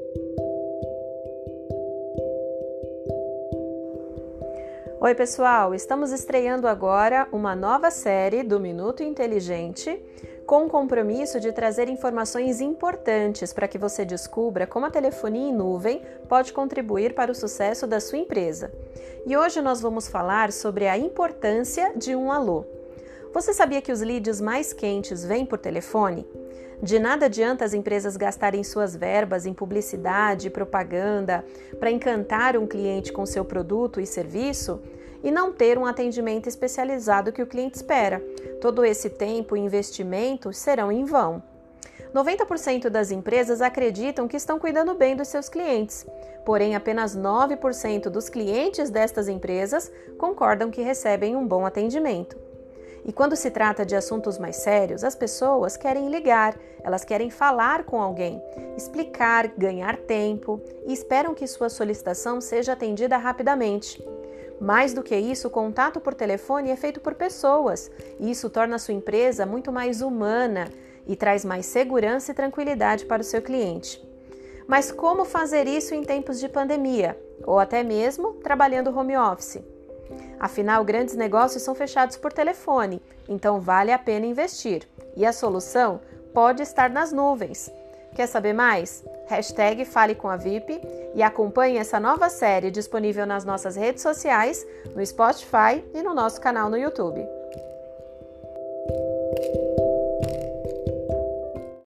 Oi pessoal, estamos estreando agora uma nova série do Minuto Inteligente com o compromisso de trazer informações importantes para que você descubra como a telefonia em nuvem pode contribuir para o sucesso da sua empresa. E hoje nós vamos falar sobre a importância de um alô. Você sabia que os leads mais quentes vêm por telefone? De nada adianta as empresas gastarem suas verbas em publicidade e propaganda para encantar um cliente com seu produto e serviço e não ter um atendimento especializado que o cliente espera. Todo esse tempo e investimento serão em vão. 90% das empresas acreditam que estão cuidando bem dos seus clientes, porém apenas 9% dos clientes destas empresas concordam que recebem um bom atendimento. E quando se trata de assuntos mais sérios, as pessoas querem ligar, elas querem falar com alguém, explicar, ganhar tempo e esperam que sua solicitação seja atendida rapidamente. Mais do que isso, o contato por telefone é feito por pessoas e isso torna a sua empresa muito mais humana e traz mais segurança e tranquilidade para o seu cliente. Mas como fazer isso em tempos de pandemia ou até mesmo trabalhando home office? Afinal, grandes negócios são fechados por telefone, então vale a pena investir. E a solução pode estar nas nuvens. Quer saber mais? #Fale com a VIP e acompanhe essa nova série disponível nas nossas redes sociais, no Spotify e no nosso canal no YouTube.